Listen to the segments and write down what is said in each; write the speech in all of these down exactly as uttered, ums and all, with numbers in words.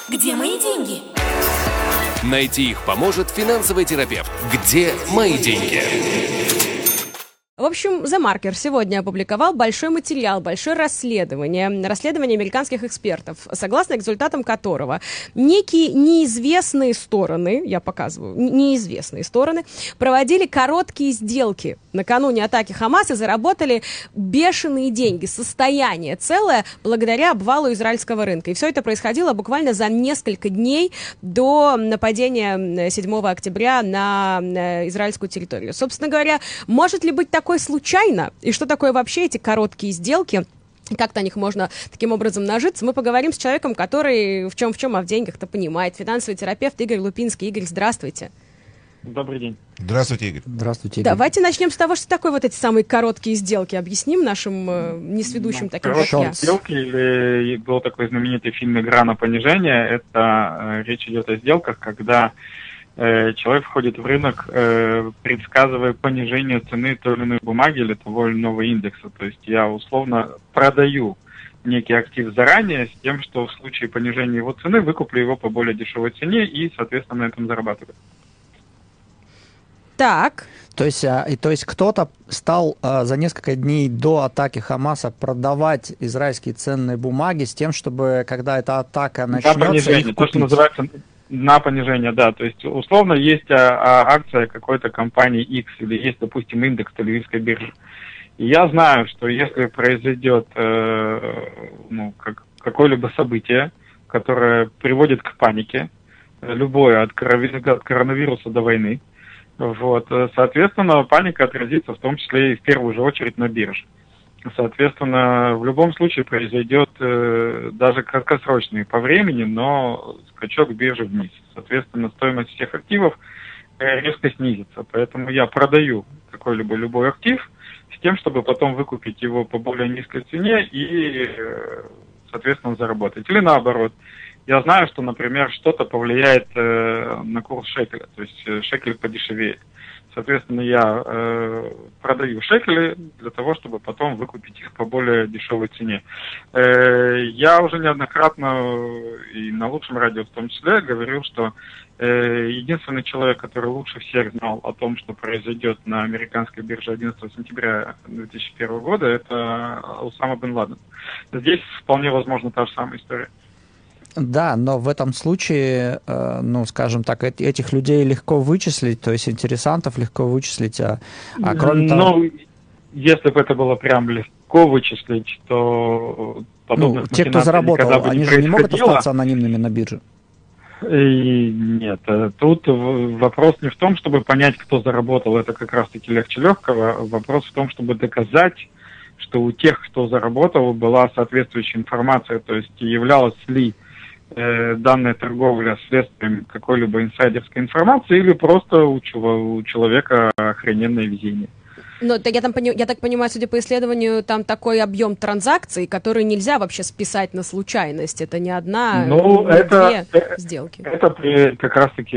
Где мои деньги? Найти их поможет финансовый терапевт. Где мои деньги? В общем, The Marker сегодня опубликовал большой материал, большое расследование, расследование американских экспертов, согласно результатам которого некие неизвестные стороны, я показываю, неизвестные стороны, проводили короткие сделки накануне атаки Хамас и заработали бешеные деньги, состояние целое благодаря обвалу израильского рынка. И все это происходило буквально за несколько дней до нападения седьмого октября на израильскую территорию. Собственно говоря, может ли быть такое случайно? И что такое вообще эти короткие сделки? Как-то на них можно таким образом нажиться? Мы поговорим с человеком, который в чем в чем, а в деньгах-то понимает. Финансовый терапевт Игорь Лупинский. Игорь, здравствуйте. Добрый день. Здравствуйте, Игорь. Здравствуйте, Игорь. Давайте начнем с того, что такое вот эти самые короткие сделки. Объясним нашим э, несведущим ну, таким, как я. Короткие сделки, или был такой знаменитый фильм «Игра на понижение». Это э, речь идет о сделках, когда э, человек входит в рынок, э, предсказывая понижение цены той или иной бумаги или того или иного индекса. То есть я условно продаю некий актив заранее с тем, что в случае понижения его цены выкуплю его по более дешевой цене и, соответственно, на этом зарабатываю. Так. То есть, а, и, то есть кто-то стал а, за несколько дней до атаки Хамаса продавать израильские ценные бумаги с тем, чтобы, когда эта атака начнется, на понижение, их то, что называется на понижение, да. То есть, условно, есть а, а, акция какой-то компании X или есть, допустим, индекс Тель-Авивской биржи. И я знаю, что если произойдет э, ну, как, какое-либо событие, которое приводит к панике, любое от коронавируса до войны, вот, соответственно, паника отразится в том числе и в первую же очередь на бирже. Соответственно, в любом случае произойдет э, даже краткосрочный по времени, но скачок биржи вниз. Соответственно, стоимость всех активов э, резко снизится. Поэтому я продаю какой-либо любой актив с тем, чтобы потом выкупить его по более низкой цене и, э, соответственно, заработать. Или наоборот. Я знаю, что, например, что-то повлияет э, на курс шекеля, то есть э, шекель подешевеет. Соответственно, я э, продаю шекели для того, чтобы потом выкупить их по более дешевой цене. Э, я уже неоднократно и на лучшем радио в том числе говорил, что э, единственный человек, который лучше всех знал о том, что произойдет на американской бирже одиннадцатого сентября две тысячи первого года, это Усама бен Ладен. Здесь вполне возможно та же самая история. Да, но в этом случае, э, ну, скажем так, этих людей легко вычислить, то есть интересантов легко вычислить, а, а кроме того... Ну, если бы это было прям легко вычислить, то подобных ну, те, кто заработал, они же не могут остаться анонимными на бирже? И нет, тут вопрос не в том, чтобы понять, кто заработал, это как раз-таки легче легкого, вопрос в том, чтобы доказать, что у тех, кто заработал, была соответствующая информация, то есть являлась ли данная торговля следствием какой-либо инсайдерской информации или просто у, у человека охрененное везение. Но я, там, я так понимаю, судя по исследованию, там такой объем транзакций, который нельзя вообще списать на случайность. Это не одна, ну, не это, две сделки. Это при, как раз-таки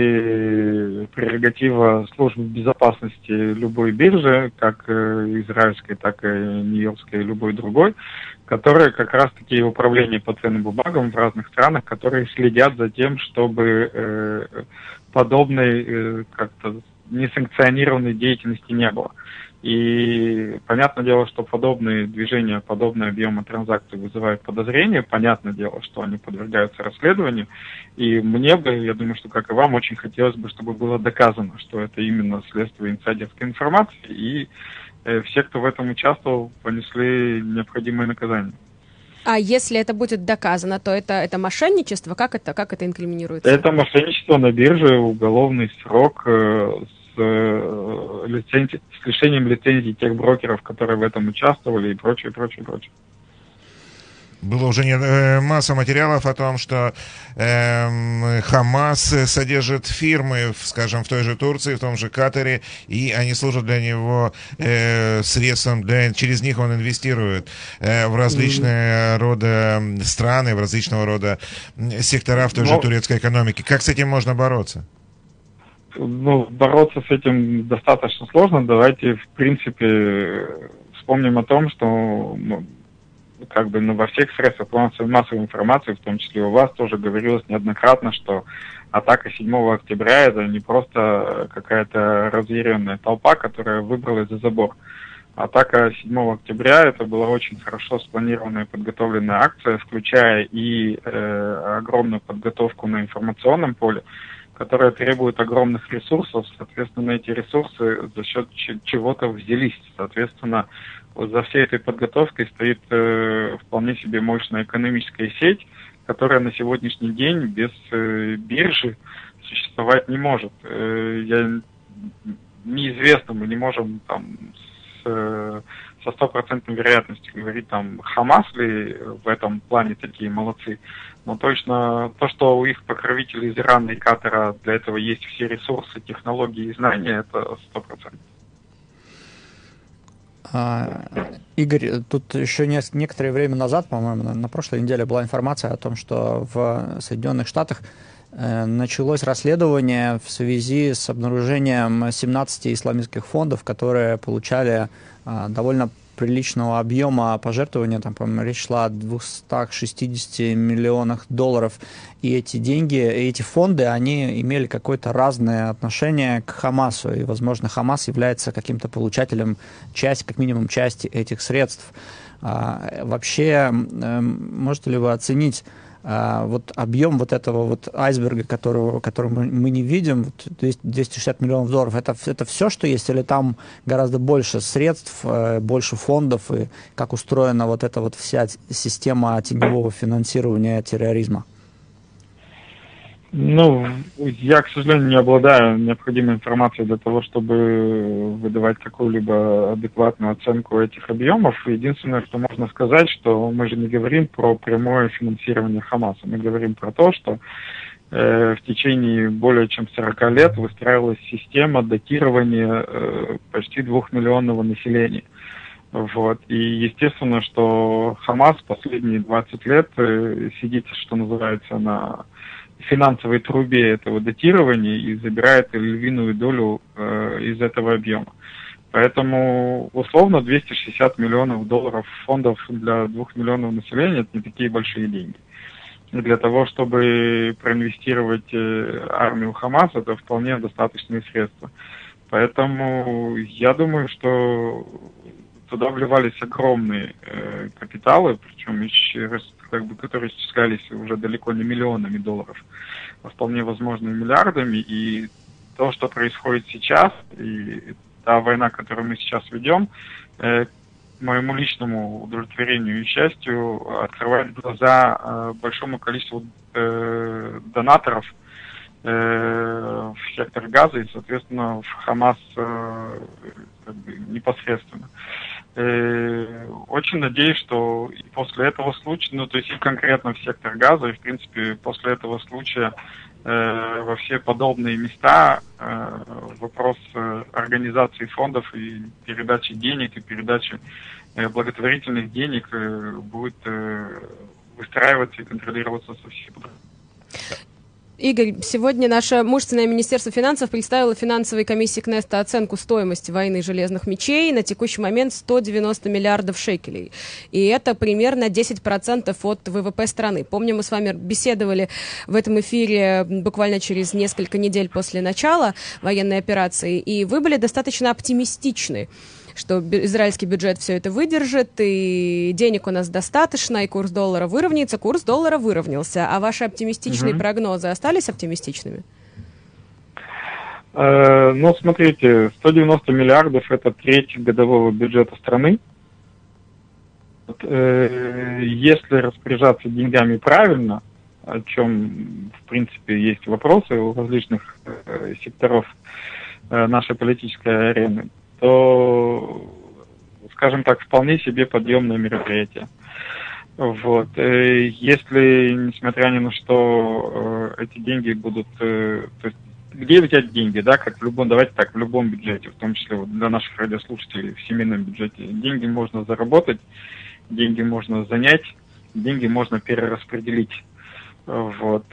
прерогатива службы безопасности любой биржи, как израильской, так и нью-йоркской, и любой другой, которые как раз-таки управление по ценным бумагам в разных странах, которые следят за тем, чтобы э, подобной э, как-то несанкционированной деятельности не было. И понятное дело, что подобные движения, подобные объемы транзакций вызывают подозрения. Понятное дело, что они подвергаются расследованию. И мне бы, я думаю, что как и вам, очень хотелось бы, чтобы было доказано, что это именно следствие инсайдерской информации. И э, все, кто в этом участвовал, понесли необходимое наказание. А если это будет доказано, то это, это мошенничество? Как это, как это инкриминируется? Это мошенничество на бирже, уголовный срок э, с, э, лицензи... с лишением лицензии тех брокеров, которые в этом участвовали и прочее, прочее, прочее. Было уже не, э, масса материалов о том, что э, Хамас содержит фирмы, скажем, в той же Турции, в том же Катаре, и они служат для него э, средством, для, через них он инвестирует э, в различные mm-hmm. рода страны, в различного рода сектора в той Но... же турецкой экономике. Как с этим можно бороться? Ну, бороться с этим достаточно сложно. Давайте, в принципе, вспомним о том, что... как бы ну, во всех средствах массовой информации, в том числе у вас тоже говорилось неоднократно, что атака седьмого октября это не просто какая-то разъяренная толпа, которая выбралась за забор. Атака седьмого октября это была очень хорошо спланированная и подготовленная акция, включая и э, огромную подготовку на информационном поле, которая требует огромных ресурсов. Соответственно, эти ресурсы за счет чего-то взялись. Соответственно, вот за всей этой подготовкой стоит э, вполне себе мощная экономическая сеть, которая на сегодняшний день без э, биржи существовать не может. Э, я, неизвестно, мы не можем там с, э, со стопроцентной вероятностью говорить, там, Хамас ли в этом плане такие молодцы, но точно то, что у их покровителей из Ирана и Катара для этого есть все ресурсы, технологии и знания, это сто процентов. А, Игорь, тут еще не, некоторое время назад, по-моему, на, на прошлой неделе была информация о том, что в Соединенных Штатах э, началось расследование в связи с обнаружением семнадцати исламистских фондов, которые получали э, довольно приличного объема пожертвования, там, по-моему, речь шла о двухстах шестидесяти миллионах долларов, и эти деньги, и эти фонды, они имели какое-то разное отношение к Хамасу, и, возможно, Хамас является каким-то получателем часть, как минимум, части этих средств. А, вообще, можете ли вы оценить а, вот объем вот этого вот айсберга, которого, которого мы не видим, вот двести шестьдесят миллионов долларов, это, это все, что есть, или там гораздо больше средств, больше фондов, и как устроена вот эта вот вся система теневого финансирования терроризма? Ну, я, к сожалению, не обладаю необходимой информацией для того, чтобы выдавать какую-либо адекватную оценку этих объемов. Единственное, что можно сказать, что мы же не говорим про прямое финансирование Хамаса. Мы говорим про то, что э, в течение более чем сорока лет выстраивалась система датирования э, почти двухмиллионного населения. Вот. И естественно, что Хамас последние двадцать лет э, сидит, что называется, на финансовой трубе этого датирования и забирает львиную долю э, из этого объема. Поэтому, условно, двести шестьдесят миллионов долларов фондов для двухмиллионного населения – это не такие большие деньги. И для того, чтобы проинвестировать э, армию Хамаса, это вполне достаточные средства. Поэтому я думаю, что туда вливались огромные э, капиталы, причем еще раз, как бы, которые исчислялись уже далеко не миллионами долларов, а вполне возможно миллиардами. И то, что происходит сейчас, и та война, которую мы сейчас ведем, э, к моему личному удовлетворению и счастью, открывает глаза э, большому количеству э, донаторов э, в сектор Газа и, соответственно, в Хамас э, как бы непосредственно. Очень надеюсь, что и после этого случая, ну, то есть и конкретно в сектор Газа, и, в принципе, после этого случая э, во все подобные места э, вопрос э, организации фондов и передачи денег, и передачи э, благотворительных денег э, будет э, выстраиваться и контролироваться со всех сторон. Игорь, сегодня наше мужественное Министерство финансов представило финансовой комиссии КНЕСТа оценку стоимости войны железных мечей. На текущий момент сто девяносто миллиардов шекелей. И это примерно десять процентов от ВВП страны. Помню, мы с вами беседовали в этом эфире буквально через несколько недель после начала военной операции, и вы были достаточно оптимистичны, что израильский бюджет все это выдержит, и денег у нас достаточно, и курс доллара выровняется. Курс доллара выровнялся. А ваши оптимистичные mm-hmm. прогнозы остались оптимистичными? Э, ну, смотрите, сто девяносто миллиардов – это треть годового бюджета страны. Вот, э, если распоряжаться деньгами правильно, о чем, в принципе, есть вопросы у различных э, секторов э, нашей политической арены, то, скажем так, вполне себе подъемное мероприятие. Вот. Если, несмотря ни на что, эти деньги будут... То есть, где взять деньги, да, как в любом, давайте так, в любом бюджете, в том числе вот для наших радиослушателей в семейном бюджете. Деньги можно заработать, деньги можно занять, деньги можно перераспределить. Вот.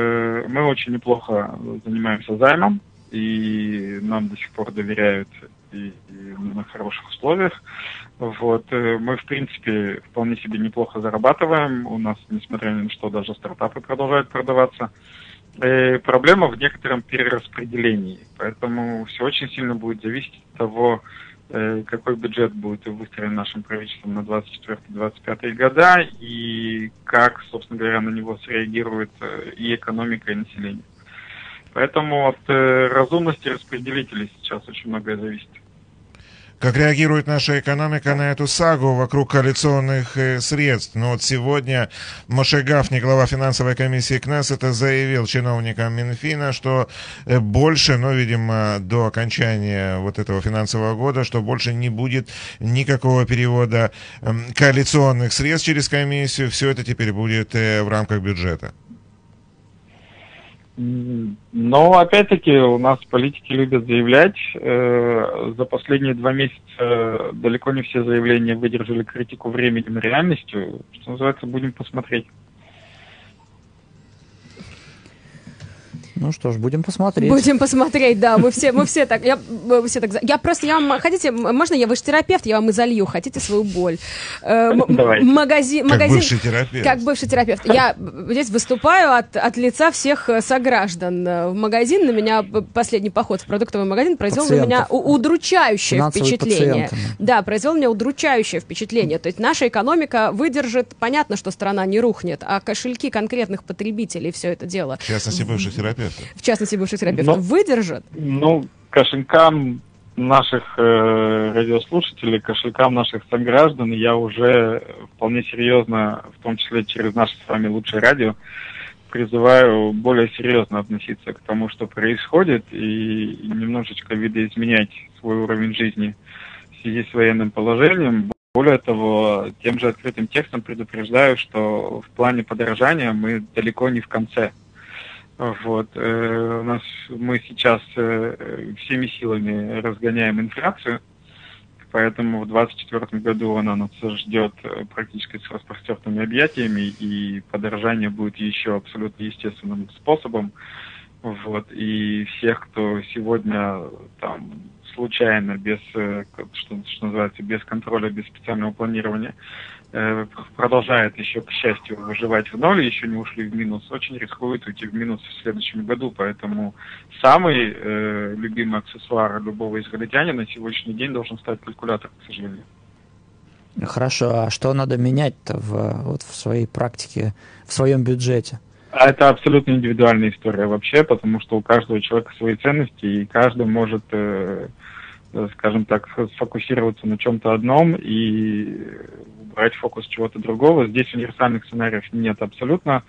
Мы очень неплохо занимаемся займом, и нам до сих пор доверяют, и и, и на хороших условиях. Вот. Мы, в принципе, вполне себе неплохо зарабатываем. У нас, несмотря ни на что, даже стартапы продолжают продаваться. И проблема в некотором перераспределении. Поэтому все очень сильно будет зависеть от того, какой бюджет будет выстроен нашим правительством на двадцать четвёртый — двадцать пятый года и как, собственно говоря, на него среагирует и экономика, и население. Поэтому от разумности распределителей сейчас очень многое зависит. Как реагирует наша экономика на эту сагу вокруг коалиционных э, средств? Ну вот сегодня Моше Гафни, глава финансовой комиссии Кнессета, заявил чиновникам Минфина, что э, больше, ну, видимо, до окончания вот этого финансового года, что больше не будет никакого перевода э, коалиционных средств через комиссию. Все это теперь будет э, в рамках бюджета. Но, опять-таки, у нас политики любят заявлять. За последние два месяца далеко не все заявления выдержали критику временем и реальностью. Что называется, будем посмотреть. Ну что ж, будем посмотреть. Будем посмотреть, да. Мы все, мы все так, я, мы все так. Я просто, я вам, хотите, можно я ваш терапевт, я вам изолью, хотите свою боль? Давайте. Магазин, как магазин, бывший терапевт. Как бывший терапевт. Я здесь выступаю от, от лица всех сограждан. В магазин на меня последний поход в продуктовый магазин произвел Пациентов. на меня удручающее Финансовые впечатление. пациенты. Да, произвел на меня удручающее впечатление. То есть наша экономика выдержит, понятно, что страна не рухнет, а кошельки конкретных потребителей все это дело. В частности, бывших терапевтов. В частности, бывших терапевтов, Но, выдержат? Ну, кошелькам наших э, радиослушателей, кошелькам наших сограждан я уже вполне серьезно, в том числе через наше с вами лучшее радио, призываю более серьезно относиться к тому, что происходит, и немножечко видоизменять свой уровень жизни в связи с военным положением. Более того, тем же открытым текстом предупреждаю, что в плане подорожания мы далеко не в конце. Вот. У нас мы сейчас всеми силами разгоняем инфляцию, поэтому в двадцать четвёртом году она нас ждет практически с распростертыми объятиями, и подорожание будет еще абсолютно естественным способом. Вот. И всех, кто сегодня там случайно, без, что, что называется, без контроля, без специального планирования, продолжает еще, к счастью, выживать в ноль, еще не ушли в минус, очень рискуют уйти в минус в следующем году. Поэтому самый э, любимый аксессуар любого израильтянина на сегодняшний день должен стать калькулятор, к сожалению. Хорошо, а что надо менять-то в, вот в своей практике, в своем бюджете? А это абсолютно индивидуальная история вообще, потому что у каждого человека свои ценности, и каждый может, э, скажем так, сфокусироваться на чем-то одном и брать фокус чего-то другого. Здесь универсальных сценариев нет абсолютно.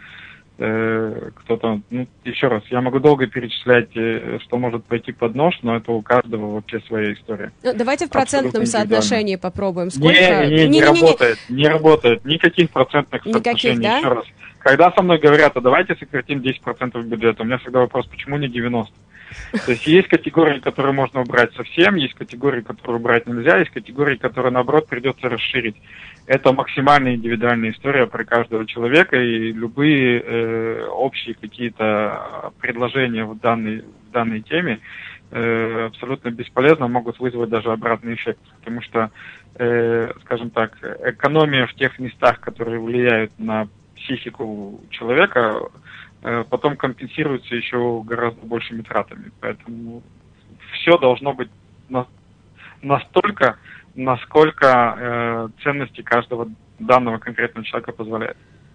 Э, кто-то, ну, еще раз, я могу долго перечислять, э, что может пойти под нож, но это у каждого вообще своя история. Ну, давайте в процентном соотношении попробуем. Сколько? Не, не, не, не, не работает, не работает. Никаких процентных соотношений. Да? Еще раз. Когда со мной говорят, а давайте сократим десять процентов бюджета, у меня всегда вопрос, почему не девяносто процентов? То есть есть категории, которые можно убрать совсем, есть категории, которые убрать нельзя, есть категории, которые, наоборот, придется расширить. Это максимально индивидуальная история про каждого человека, и любые э, общие какие-то предложения в данной, в данной теме э, абсолютно бесполезно, могут вызвать даже обратный эффект. Потому что, э, скажем так, экономия в тех местах, которые влияют на психику человека, потом компенсируется еще гораздо большими тратами. Поэтому все должно быть на, настолько, насколько э, ценности каждого данного конкретного человека позволяют.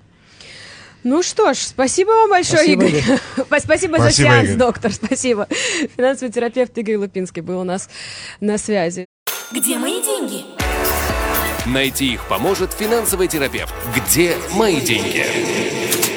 Ну что ж, спасибо вам большое, спасибо, Игорь. Игорь. Спасибо, спасибо за сеанс, Игорь. доктор. Спасибо. Финансовый терапевт Игорь Лупинский был у нас на связи. Где мои деньги? Найти их поможет финансовый терапевт. Где мои деньги?